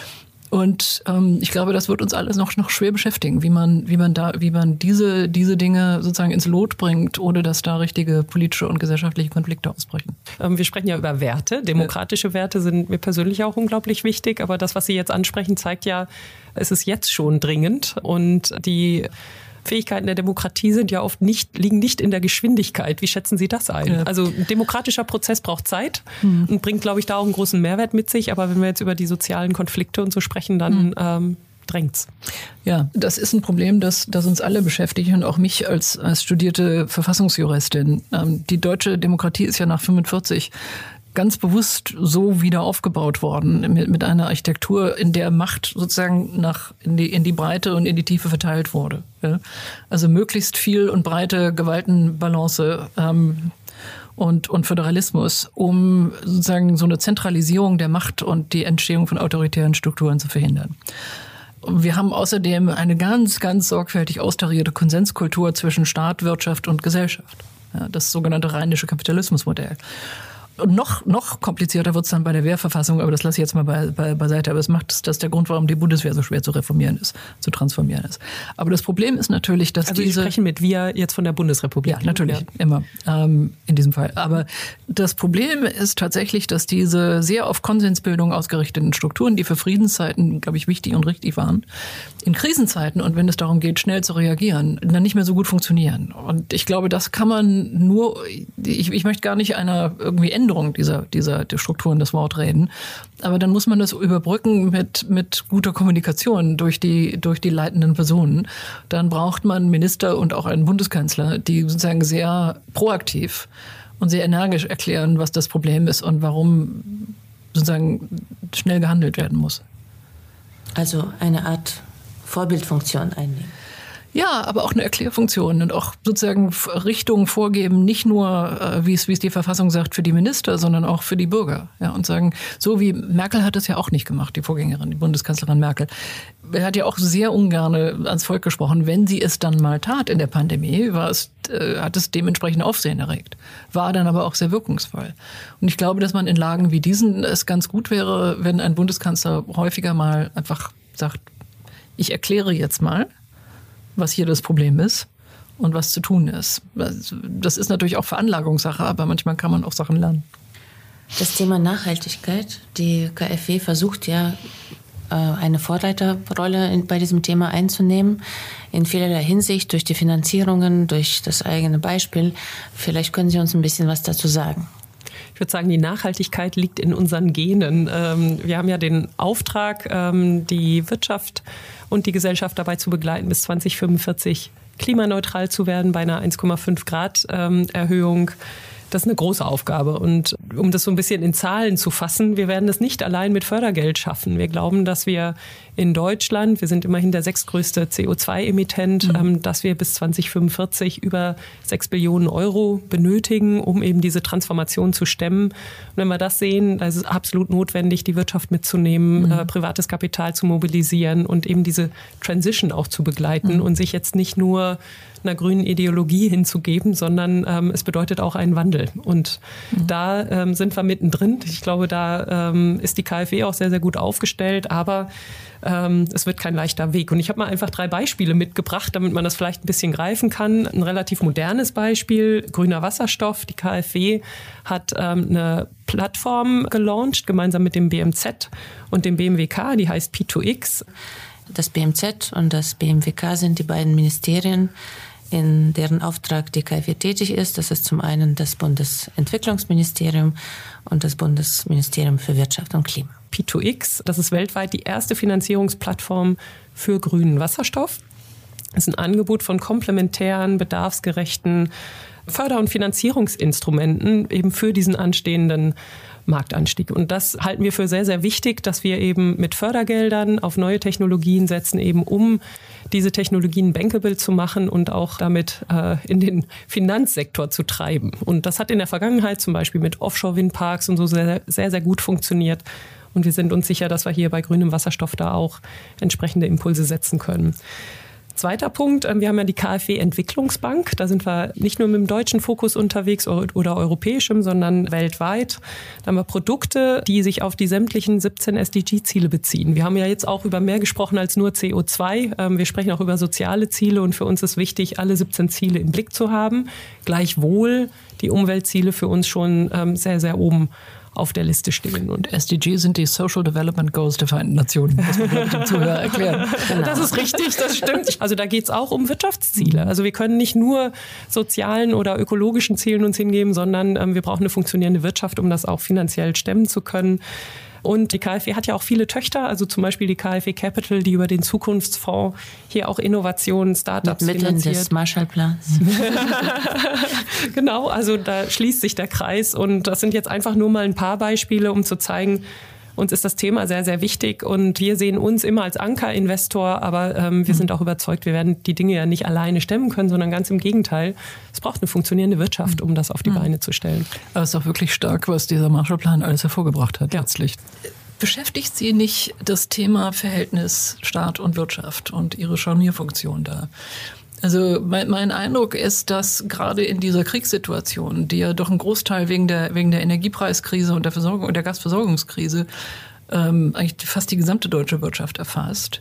Speaker 1: Und ähm, ich glaube, das wird uns alles noch, noch schwer beschäftigen, wie man, wie man da, wie man diese, diese Dinge sozusagen ins Lot bringt, ohne dass da richtige politische und gesellschaftliche Konflikte ausbrechen.
Speaker 2: Ähm, wir sprechen ja über Werte. Demokratische ja. Werte sind mir persönlich auch unglaublich wichtig. Aber das, was Sie jetzt ansprechen, zeigt ja, es ist jetzt schon dringend. Und die Fähigkeiten der Demokratie sind ja oft nicht, liegen nicht in der Geschwindigkeit. Wie schätzen Sie das ein? Ja. Also ein demokratischer Prozess braucht Zeit mhm. und bringt, glaube ich, da auch einen großen Mehrwert mit sich. Aber wenn wir jetzt über die sozialen Konflikte und so sprechen, dann mhm. ähm, drängt's.
Speaker 1: Ja, das ist ein Problem, das, das uns alle beschäftigt und auch mich als, als studierte Verfassungsjuristin. Ähm, die deutsche Demokratie ist ja nach fünfundvierzig ganz bewusst so wieder aufgebaut worden, mit, mit einer Architektur, in der Macht sozusagen nach in die, in die Breite und in die Tiefe verteilt wurde. Ja? Also möglichst viel und breite Gewaltenbalance ähm, und, und Föderalismus, um sozusagen so eine Zentralisierung der Macht und die Entstehung von autoritären Strukturen zu verhindern. Wir haben außerdem eine ganz, ganz sorgfältig austarierte Konsenskultur zwischen Staat, Wirtschaft und Gesellschaft. Ja, das sogenannte rheinische Kapitalismusmodell. Und noch, noch komplizierter wird es dann bei der Wehrverfassung, aber das lasse ich jetzt mal bei, bei, beiseite. Aber es macht das, das ist der Grund, warum die Bundeswehr so schwer zu reformieren ist, zu transformieren ist. Aber das Problem ist natürlich, dass
Speaker 2: also
Speaker 1: diese...
Speaker 2: Sie sprechen mit wir jetzt von der Bundesrepublik.
Speaker 1: Ja, natürlich, ja. immer, ähm, in diesem Fall. Aber das Problem ist tatsächlich, dass diese sehr auf Konsensbildung ausgerichteten Strukturen, die für Friedenszeiten, glaube ich, wichtig und richtig waren, in Krisenzeiten und wenn es darum geht, schnell zu reagieren, dann nicht mehr so gut funktionieren. Und ich glaube, das kann man nur... Ich, ich möchte gar nicht einer irgendwie Änderung dieser, dieser der Strukturen des Wort reden. Aber dann muss man das überbrücken mit, mit guter Kommunikation durch die, durch die leitenden Personen. Dann braucht man Minister und auch einen Bundeskanzler, die sozusagen sehr proaktiv und sehr energisch erklären, was das Problem ist und warum sozusagen schnell gehandelt werden muss.
Speaker 4: Also eine Art Vorbildfunktion einnehmen.
Speaker 1: Ja, aber auch eine Erklärfunktion und auch sozusagen Richtungen vorgeben, nicht nur, äh, wie es, wie es die Verfassung sagt, für die Minister, sondern auch für die Bürger. Ja, und sagen, so wie Merkel hat das ja auch nicht gemacht, die Vorgängerin, die Bundeskanzlerin Merkel. Er hat ja auch sehr ungern ans Volk gesprochen. Wenn sie es dann mal tat in der Pandemie, war es, äh, hat es dementsprechend Aufsehen erregt. War dann aber auch sehr wirkungsvoll. Und ich glaube, dass man in Lagen wie diesen es ganz gut wäre, wenn ein Bundeskanzler häufiger mal einfach sagt, ich erkläre jetzt mal, was hier das Problem ist und was zu tun ist. Das ist natürlich auch Veranlagungssache, aber manchmal kann man auch Sachen lernen.
Speaker 4: Das Thema Nachhaltigkeit. Die KfW versucht ja, eine Vorreiterrolle bei diesem Thema einzunehmen. In vielerlei Hinsicht, durch die Finanzierungen, durch das eigene Beispiel. Vielleicht können Sie uns ein bisschen was dazu sagen.
Speaker 2: Ich würde sagen, die Nachhaltigkeit liegt in unseren Genen. Wir haben ja den Auftrag, die Wirtschaft und die Gesellschaft dabei zu begleiten, bis zwanzig fünfundvierzig klimaneutral zu werden bei einer eins Komma fünf Grad Erhöhung. Das ist eine große Aufgabe. Und um das so ein bisschen in Zahlen zu fassen, wir werden das nicht allein mit Fördergeld schaffen. Wir glauben, dass wir in Deutschland, wir sind immerhin der sechstgrößte C O zwei Emittent, mhm. ähm, dass wir bis zwanzig fünfundvierzig über sechs Billionen Euro benötigen, um eben diese Transformation zu stemmen. Und wenn wir das sehen, da ist es absolut notwendig, die Wirtschaft mitzunehmen, mhm. äh, privates Kapital zu mobilisieren und eben diese Transition auch zu begleiten mhm. und sich jetzt nicht nur einer grünen Ideologie hinzugeben, sondern ähm, es bedeutet auch einen Wandel. Und mhm. da ähm, sind wir mittendrin. Ich glaube, da ähm, ist die KfW auch sehr, sehr gut aufgestellt, aber ähm, es wird kein leichter Weg. Und ich habe mal einfach drei Beispiele mitgebracht, damit man das vielleicht ein bisschen greifen kann. Ein relativ modernes Beispiel, grüner Wasserstoff. Die KfW hat ähm, eine Plattform gelauncht, gemeinsam mit dem B M Z und dem B M W K, die heißt P zwei X.
Speaker 4: Das B M Z und das B M W K sind die beiden Ministerien, in deren Auftrag die KfW tätig ist. Das ist zum einen das Bundesentwicklungsministerium und das Bundesministerium für Wirtschaft und Klima.
Speaker 2: P zwei X, das ist weltweit die erste Finanzierungsplattform für grünen Wasserstoff. Das ist ein Angebot von komplementären, bedarfsgerechten Förder- und Finanzierungsinstrumenten eben für diesen anstehenden Marktanstieg. Und das halten wir für sehr, sehr wichtig, dass wir eben mit Fördergeldern auf neue Technologien setzen, eben um diese Technologien bankable zu machen und auch damit äh, in den Finanzsektor zu treiben. Und das hat in der Vergangenheit zum Beispiel mit Offshore-Windparks und so sehr, sehr, sehr gut funktioniert. Und wir sind uns sicher, dass wir hier bei grünem Wasserstoff da auch entsprechende Impulse setzen können. Zweiter Punkt, wir haben ja die KfW-Entwicklungsbank. Da sind wir nicht nur mit dem deutschen Fokus unterwegs oder europäischem, sondern weltweit. Da haben wir Produkte, die sich auf die sämtlichen siebzehn S D G-Ziele beziehen. Wir haben ja jetzt auch über mehr gesprochen als nur C O zwei. Wir sprechen auch über soziale Ziele und für uns ist wichtig, alle siebzehn Ziele im Blick zu haben. Gleichwohl die Umweltziele für uns schon ähm, sehr, sehr oben auf der Liste stehen.
Speaker 1: Und S D G sind die Social Development Goals der Vereinten Nationen. Das muss man dem Zuhörer erklären.
Speaker 2: Genau. Das ist richtig, das stimmt. Also da geht es auch um Wirtschaftsziele. Also wir können nicht nur sozialen oder ökologischen Zielen uns hingeben, sondern ähm, wir brauchen eine funktionierende Wirtschaft, um das auch finanziell stemmen zu können. Und die KfW hat ja auch viele Töchter, also zum Beispiel die KfW Capital, die über den Zukunftsfonds hier auch Innovationen, Startups
Speaker 4: mit Mitteln
Speaker 2: finanziert.
Speaker 4: des Marshallplans.
Speaker 2: Genau, also da schließt sich der Kreis und das sind jetzt einfach nur mal ein paar Beispiele, um zu zeigen, uns ist das Thema sehr, sehr wichtig und wir sehen uns immer als Ankerinvestor, aber ähm, wir sind auch überzeugt, wir werden die Dinge ja nicht alleine stemmen können, sondern ganz im Gegenteil. Es braucht eine funktionierende Wirtschaft, um das auf die Beine zu stellen.
Speaker 1: Aber es ist auch wirklich stark, was dieser Marshallplan alles hervorgebracht hat,
Speaker 2: ja.
Speaker 1: letztlich. Beschäftigt Sie nicht das Thema Verhältnis Staat und Wirtschaft und ihre Scharnierfunktion da? Also mein, mein Eindruck ist, dass gerade in dieser Kriegssituation, die ja doch einen Großteil wegen der, wegen der Energiepreiskrise und der Versorgung und der Gasversorgungskrise ähm, eigentlich fast die gesamte deutsche Wirtschaft erfasst,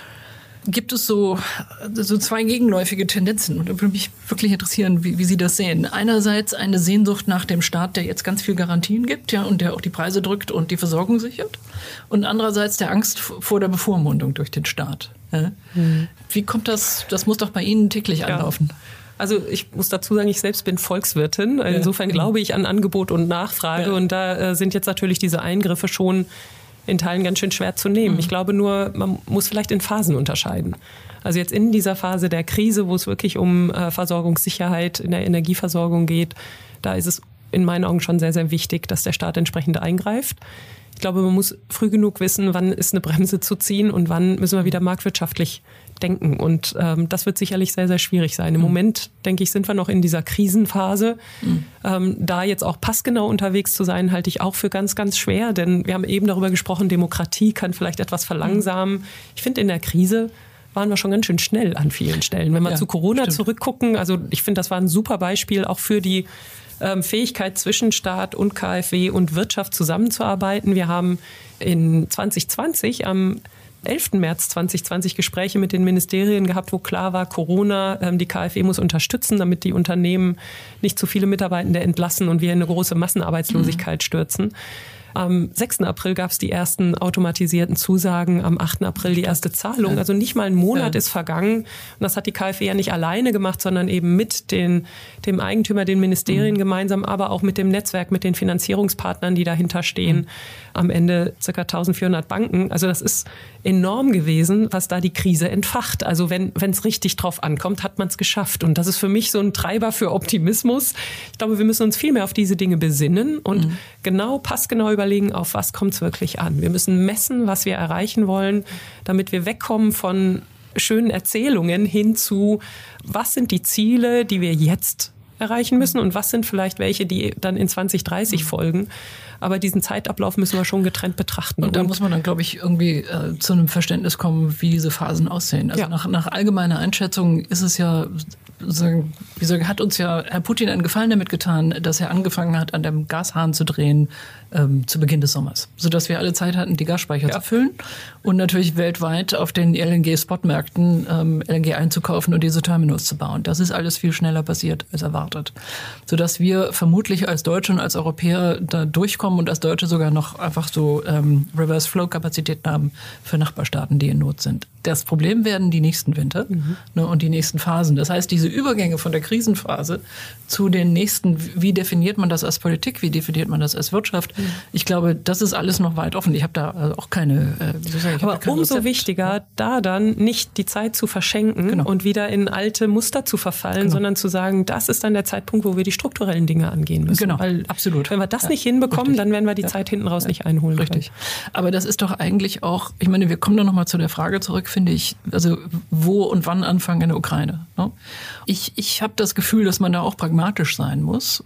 Speaker 1: gibt es so, so zwei gegenläufige Tendenzen. Und da würde mich wirklich interessieren, wie, wie Sie das sehen. Einerseits eine Sehnsucht nach dem Staat, der jetzt ganz viel Garantien gibt, ja, und der auch die Preise drückt und die Versorgung sichert. Und andererseits der Angst vor der Bevormundung durch den Staat. Ja. Mhm. Wie kommt das? Das muss doch bei Ihnen täglich anlaufen.
Speaker 2: Ja. Also ich muss dazu sagen, ich selbst bin Volkswirtin. Insofern ja. glaube ich an Angebot und Nachfrage. Ja. Und da äh, sind jetzt natürlich diese Eingriffe schon in Teilen ganz schön schwer zu nehmen. Mhm. Ich glaube nur, man muss vielleicht in Phasen unterscheiden. Also jetzt in dieser Phase der Krise, wo es wirklich um äh, Versorgungssicherheit in der Energieversorgung geht, da ist es in meinen Augen schon sehr, sehr wichtig, dass der Staat entsprechend eingreift. Ich glaube, man muss früh genug wissen, wann ist eine Bremse zu ziehen und wann müssen wir wieder marktwirtschaftlich denken. Und ähm, das wird sicherlich sehr, sehr schwierig sein. Im mhm. Moment, denke ich, sind wir noch in dieser Krisenphase. Mhm. Ähm, da jetzt auch passgenau unterwegs zu sein, halte ich auch für ganz, ganz schwer. Denn wir haben eben darüber gesprochen, Demokratie kann vielleicht etwas verlangsamen. Mhm. Ich finde, in der Krise waren wir schon ganz schön schnell an vielen Stellen. Wenn wir ja, zu Corona stimmt. zurückgucken, also ich finde, das war ein super Beispiel auch für die ähm, Fähigkeit zwischen Staat und KfW und Wirtschaft zusammenzuarbeiten. Wir haben in zwanzig zwanzig am elften März zwanzig zwanzig Gespräche mit den Ministerien gehabt, wo klar war, Corona, ähm, die KfW muss unterstützen, damit die Unternehmen nicht zu viele Mitarbeitende entlassen und wir in eine große Massenarbeitslosigkeit mhm. stürzen. Am sechsten April gab es die ersten automatisierten Zusagen, am achten April die erste Zahlung. Also nicht mal ein Monat ja. ist vergangen. Und das hat die KfW ja nicht alleine gemacht, sondern eben mit den, dem Eigentümer, den Ministerien mhm. gemeinsam, aber auch mit dem Netzwerk, mit den Finanzierungspartnern, die dahinter stehen. Mhm. Am Ende ca. eintausendvierhundert Banken. Also das ist enorm gewesen, was da die Krise entfacht. Also wenn es richtig drauf ankommt, hat man es geschafft. Und das ist für mich so ein Treiber für Optimismus. Ich glaube, wir müssen uns viel mehr auf diese Dinge besinnen und mhm. genau, passgenau überlegen, auf was kommt es wirklich an. Wir müssen messen, was wir erreichen wollen, damit wir wegkommen von schönen Erzählungen hin zu, was sind die Ziele, die wir jetzt erreichen müssen und was sind vielleicht welche, die dann in zwanzig dreißig mhm. folgen. Aber diesen Zeitablauf müssen wir schon getrennt betrachten.
Speaker 1: Und da muss man dann, glaube ich, irgendwie äh, zu einem Verständnis kommen, wie diese Phasen aussehen. Also ja. nach, nach allgemeiner Einschätzung ist es ja, so, wie so, hat uns ja Herr Putin einen Gefallen damit getan, dass er angefangen hat, an dem Gashahn zu drehen ähm, zu Beginn des Sommers. Sodass wir alle Zeit hatten, die Gasspeicher ja. zu füllen und natürlich weltweit auf den L N G-Spotmärkten ähm, L N G einzukaufen und diese Terminals zu bauen. Das ist alles viel schneller passiert als erwartet. Sodass wir vermutlich als Deutsche und als Europäer da durchkommen und als Deutsche sogar noch einfach so ähm, Reverse-Flow-Kapazitäten haben für Nachbarstaaten, die in Not sind. Das Problem werden die nächsten Winter mhm. ne, und die nächsten Phasen. Das heißt, diese Übergänge von der Krisenphase zu den nächsten, wie definiert man das als Politik, wie definiert man das als Wirtschaft? Mhm. Ich glaube, das ist alles noch weit offen. Ich habe da auch keine... Äh, wie soll ich,
Speaker 2: Aber
Speaker 1: keine
Speaker 2: umso
Speaker 1: Rezept.
Speaker 2: wichtiger, da dann nicht die Zeit zu verschenken genau. und wieder in alte Muster zu verfallen, genau. sondern zu sagen, das ist dann der Zeitpunkt, wo wir die strukturellen Dinge angehen müssen.
Speaker 1: Genau,
Speaker 2: Weil,
Speaker 1: absolut.
Speaker 2: Wenn wir das
Speaker 1: ja.
Speaker 2: nicht hinbekommen,
Speaker 1: Richtig.
Speaker 2: dann werden wir die
Speaker 1: ja.
Speaker 2: Zeit hinten raus
Speaker 1: ja.
Speaker 2: nicht einholen
Speaker 1: Richtig.
Speaker 2: können.
Speaker 1: Aber das ist doch eigentlich auch, ich meine, wir kommen da nochmal zu der Frage zurück, finde ich, also wo und wann anfangen in der Ukraine. Ne? Ich, ich habe das Gefühl, dass man da auch pragmatisch sein muss.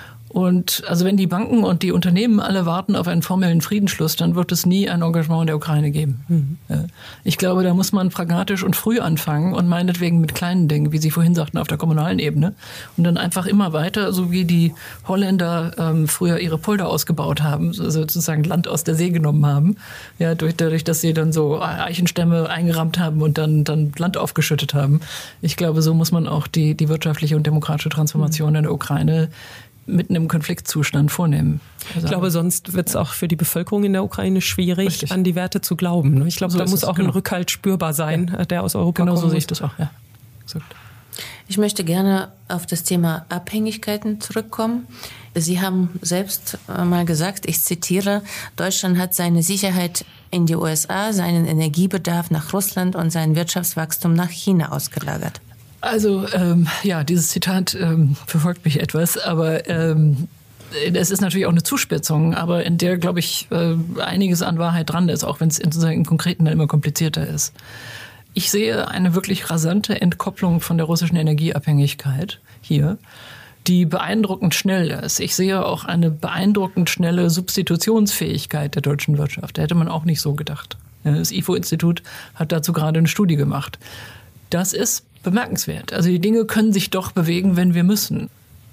Speaker 1: Und also wenn die Banken und die Unternehmen alle warten auf einen formellen Friedensschluss, dann wird es nie ein Engagement in der Ukraine geben. Mhm. Ich glaube, da muss man pragmatisch und früh anfangen und meinetwegen mit kleinen Dingen, wie Sie vorhin sagten, auf der kommunalen Ebene. Und dann einfach immer weiter, so wie die Holländer ähm, früher ihre Polder ausgebaut haben, also sozusagen Land aus der See genommen haben, ja, durch, dadurch, dass sie dann so Eichenstämme eingerammt haben und dann, dann Land aufgeschüttet haben. Ich glaube, so muss man auch die, die wirtschaftliche und demokratische Transformation mhm. in der Ukraine mitten im Konfliktzustand vornehmen.
Speaker 2: Also ich glaube, sonst wird es auch für die Bevölkerung in der Ukraine schwierig, richtig, an die Werte zu glauben. Ich glaube, so da muss auch genau ein Rückhalt spürbar sein, ja, der aus Europa
Speaker 1: genau
Speaker 2: kommt.
Speaker 1: Genau so sehe ich das auch, ja. Exakt.
Speaker 4: Ich möchte gerne auf das Thema Abhängigkeiten zurückkommen. Sie haben selbst mal gesagt, ich zitiere, Deutschland hat seine Sicherheit in die U S A, seinen Energiebedarf nach Russland und sein Wirtschaftswachstum nach China ausgelagert.
Speaker 1: Also ähm, ja, dieses Zitat ähm, verfolgt mich etwas, aber ähm, es ist natürlich auch eine Zuspitzung, aber in der, glaube ich, äh, einiges an Wahrheit dran ist, auch wenn es in, im Konkreten dann immer komplizierter ist. Ich sehe eine wirklich rasante Entkopplung von der russischen Energieabhängigkeit hier, die beeindruckend schnell ist. Ich sehe auch eine beeindruckend schnelle Substitutionsfähigkeit der deutschen Wirtschaft. Da hätte man auch nicht so gedacht. Das I F O-Institut hat dazu gerade eine Studie gemacht. Das ist bemerkenswert. Also die Dinge können sich doch bewegen, wenn wir müssen.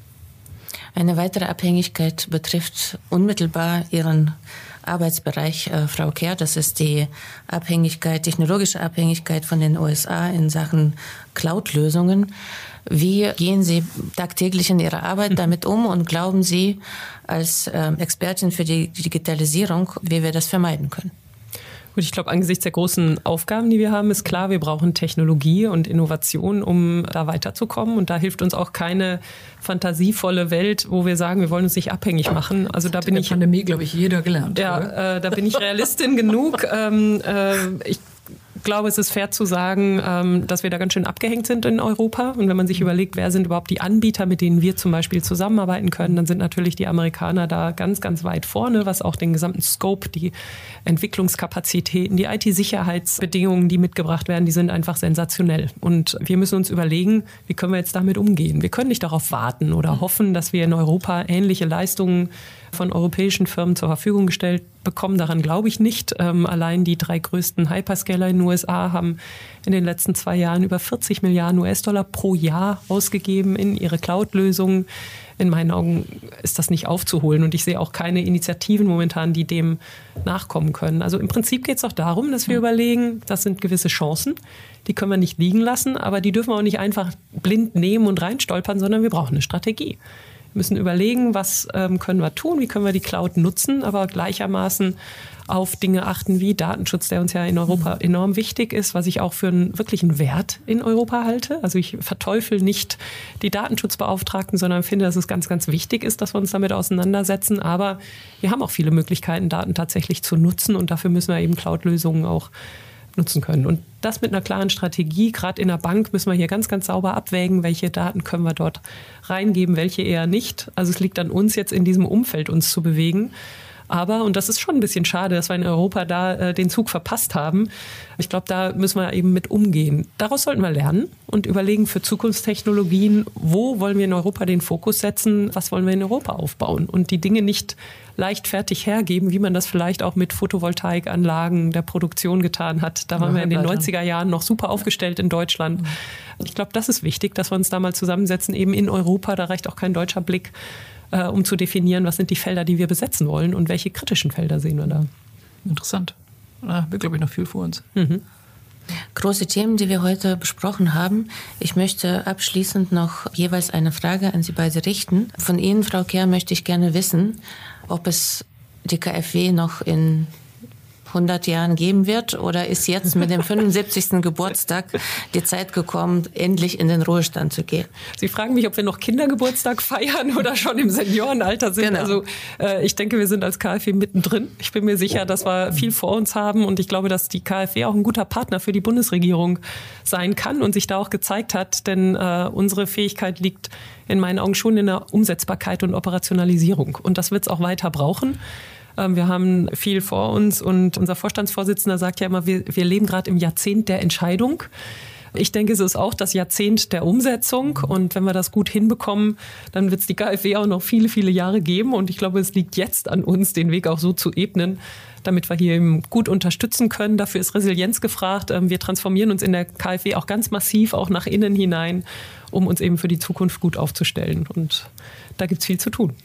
Speaker 4: Eine weitere Abhängigkeit betrifft unmittelbar Ihren Arbeitsbereich, äh, Frau Kjær. Das ist die Abhängigkeit, technologische Abhängigkeit von den U S A in Sachen Cloud-Lösungen. Wie gehen Sie tagtäglich in Ihrer Arbeit damit um und glauben Sie als äh, Expertin für die Digitalisierung, wie wir das vermeiden können?
Speaker 2: Gut, ich glaube, angesichts der großen Aufgaben, die wir haben, ist klar, wir brauchen Technologie und Innovation, um da weiterzukommen. Und da hilft uns auch keine fantasievolle Welt, wo wir sagen, wir wollen uns nicht abhängig machen. Also da bin ich...
Speaker 1: In der Pandemie, glaube ich, jeder gelernt.
Speaker 2: Ja, äh, da bin ich Realistin genug. Ähm, äh, ich Ich glaube, es ist fair zu sagen, dass wir da ganz schön abgehängt sind in Europa. Und wenn man sich überlegt, wer sind überhaupt die Anbieter, mit denen wir zum Beispiel zusammenarbeiten können, dann sind natürlich die Amerikaner da ganz, ganz weit vorne, was auch den gesamten Scope, die Entwicklungskapazitäten, die I T-Sicherheitsbedingungen, die mitgebracht werden, die sind einfach sensationell. Und wir müssen uns überlegen, wie können wir jetzt damit umgehen? Wir können nicht darauf warten oder hoffen, dass wir in Europa ähnliche Leistungen von europäischen Firmen zur Verfügung gestellt bekommen. Daran glaube ich nicht. Ähm, allein die drei größten Hyperscaler in den U S A haben in den letzten zwei Jahren über vierzig Milliarden U S-Dollar pro Jahr ausgegeben in ihre Cloud-Lösungen. In meinen Augen ist das nicht aufzuholen und ich sehe auch keine Initiativen momentan, die dem nachkommen können. Also im Prinzip geht es auch darum, dass wir ja. überlegen, das sind gewisse Chancen, die können wir nicht liegen lassen, aber die dürfen wir auch nicht einfach blind nehmen und reinstolpern, sondern wir brauchen eine Strategie. Wir müssen überlegen, was ähm, können wir tun, wie können wir die Cloud nutzen, aber gleichermaßen auf Dinge achten wie Datenschutz, der uns ja in Europa enorm wichtig ist, was ich auch für einen wirklichen Wert in Europa halte. Also ich verteufel nicht die Datenschutzbeauftragten, sondern finde, dass es ganz, ganz wichtig ist, dass wir uns damit auseinandersetzen. Aber wir haben auch viele Möglichkeiten, Daten tatsächlich zu nutzen und dafür müssen wir eben Cloud-Lösungen auch nutzen können. Und das mit einer klaren Strategie. Gerade in der Bank müssen wir hier ganz, ganz sauber abwägen, welche Daten können wir dort reingeben, welche eher nicht. Also es liegt an uns jetzt in diesem Umfeld uns zu bewegen. Aber, und das ist schon ein bisschen schade, dass wir in Europa da äh, den Zug verpasst haben. Ich glaube, da müssen wir eben mit umgehen. Daraus sollten wir lernen und überlegen für Zukunftstechnologien, wo wollen wir in Europa den Fokus setzen, was wollen wir in Europa aufbauen und die Dinge nicht leichtfertig hergeben, wie man das vielleicht auch mit Photovoltaikanlagen der Produktion getan hat. Da waren wir in den neunziger Jahren noch super aufgestellt in Deutschland. Ich glaube, das ist wichtig, dass wir uns da mal zusammensetzen, eben in Europa. Da reicht auch kein deutscher Blick, äh, um zu definieren, was sind die Felder, die wir besetzen wollen und welche kritischen Felder sehen wir da.
Speaker 1: Interessant. Da haben wir, glaube ich, noch viel vor uns.
Speaker 2: Mhm.
Speaker 4: Große Themen, die wir heute besprochen haben. Ich möchte abschließend noch jeweils eine Frage an Sie beide richten. Von Ihnen, Frau Kjær, möchte ich gerne wissen, ob es die K f W noch in hundert Jahren geben wird oder ist jetzt mit dem fünfundsiebzigsten Geburtstag die Zeit gekommen, endlich in den Ruhestand zu gehen?
Speaker 2: Sie fragen mich, ob wir noch Kindergeburtstag feiern oder schon im Seniorenalter sind.
Speaker 4: Genau.
Speaker 2: Also äh, ich denke, wir sind als K f W mittendrin. Ich bin mir sicher, dass wir viel vor uns haben und ich glaube, dass die K f W auch ein guter Partner für die Bundesregierung sein kann und sich da auch gezeigt hat, denn äh, unsere Fähigkeit liegt in meinen Augen schon in der Umsetzbarkeit und Operationalisierung und das wird es auch weiter brauchen. Wir haben viel vor uns und unser Vorstandsvorsitzender sagt ja immer, wir, wir leben gerade im Jahrzehnt der Entscheidung. Ich denke, es ist auch das Jahrzehnt der Umsetzung und wenn wir das gut hinbekommen, dann wird es die K f W auch noch viele, viele Jahre geben und ich glaube, es liegt jetzt an uns, den Weg auch so zu ebnen, damit wir hier eben gut unterstützen können. Dafür ist Resilienz gefragt. Wir transformieren uns in der K f W auch ganz massiv, auch nach innen hinein, um uns eben für die Zukunft gut aufzustellen und da gibt es viel zu tun.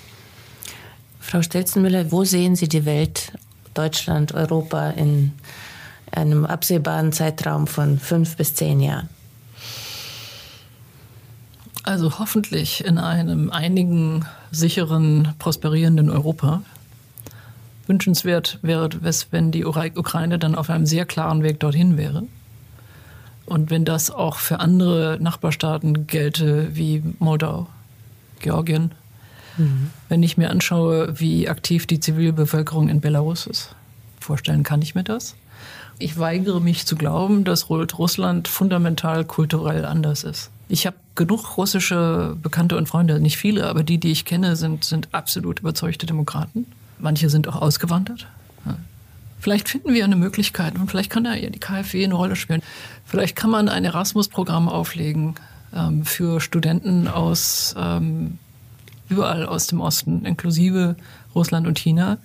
Speaker 4: Frau Stelzenmüller, wo sehen Sie die Welt, Deutschland, Europa in einem absehbaren Zeitraum von fünf bis zehn Jahren?
Speaker 1: Also hoffentlich in einem einigen, sicheren, prosperierenden Europa. Wünschenswert wäre es, wenn die Ukraine dann auf einem sehr klaren Weg dorthin wäre. Und wenn das auch für andere Nachbarstaaten gelte, wie Moldau, Georgien. Mhm. Wenn ich mir anschaue, wie aktiv die Zivilbevölkerung in Belarus ist, vorstellen kann ich mir das. Ich weigere mich zu glauben, dass Russland fundamental kulturell anders ist. Ich habe genug russische Bekannte und Freunde, nicht viele, aber die, die ich kenne, sind, sind absolut überzeugte Demokraten. Manche sind auch ausgewandert. Ja. Vielleicht finden wir eine Möglichkeit und vielleicht kann da ja die K f W eine Rolle spielen. Vielleicht kann man ein Erasmus-Programm auflegen ähm, für Studenten aus ähm, überall aus dem Osten, inklusive Russland und China,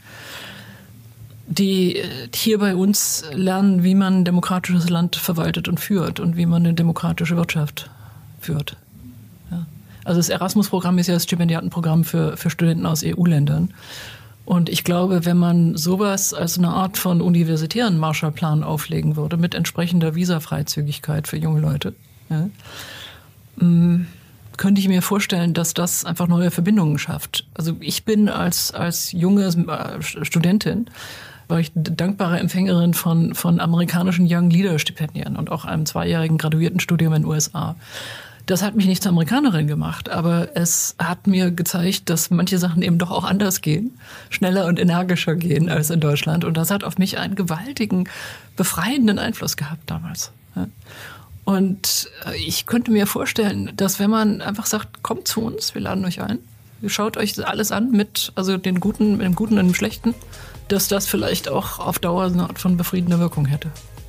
Speaker 1: die hier bei uns lernen, wie man ein demokratisches Land verwaltet und führt und wie man eine demokratische Wirtschaft führt. Ja. Also das Erasmus-Programm ist ja das Stipendiatenprogramm für, für Studenten aus E U-Ländern. Und ich glaube, wenn man sowas als eine Art von universitären Marshallplan auflegen würde, mit entsprechender Visafreizügigkeit für junge Leute, ja, mh, könnte ich mir vorstellen, dass das einfach neue Verbindungen schafft. Also ich bin als, als junge Studentin, war ich dankbare Empfängerin von, von amerikanischen Young Leader Stipendien und auch einem zweijährigen Graduiertenstudium in den U S A. Das hat mich nicht zur Amerikanerin gemacht, aber es hat mir gezeigt, dass manche Sachen eben doch auch anders gehen, schneller und energischer gehen als in Deutschland. Und das hat auf mich einen gewaltigen, befreienden Einfluss gehabt damals. Ja. Und ich könnte mir vorstellen, dass wenn man einfach sagt, kommt zu uns, wir laden euch ein, schaut euch alles an mit, also den Guten, mit dem Guten und dem Schlechten, dass das vielleicht auch auf Dauer eine Art von befriedender Wirkung hätte.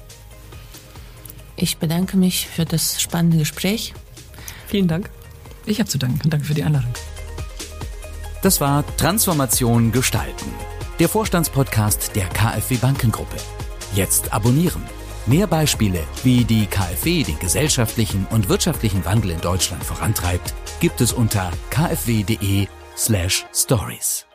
Speaker 4: Ich bedanke mich für das spannende Gespräch.
Speaker 2: Vielen Dank.
Speaker 1: Ich habe zu danken. Danke für die Einladung.
Speaker 3: Das war Transformation gestalten, der Vorstandspodcast der K f W Bankengruppe. Jetzt abonnieren. Mehr Beispiele, wie die K f W den gesellschaftlichen und wirtschaftlichen Wandel in Deutschland vorantreibt, gibt es unter k f w punkt d e slash stories.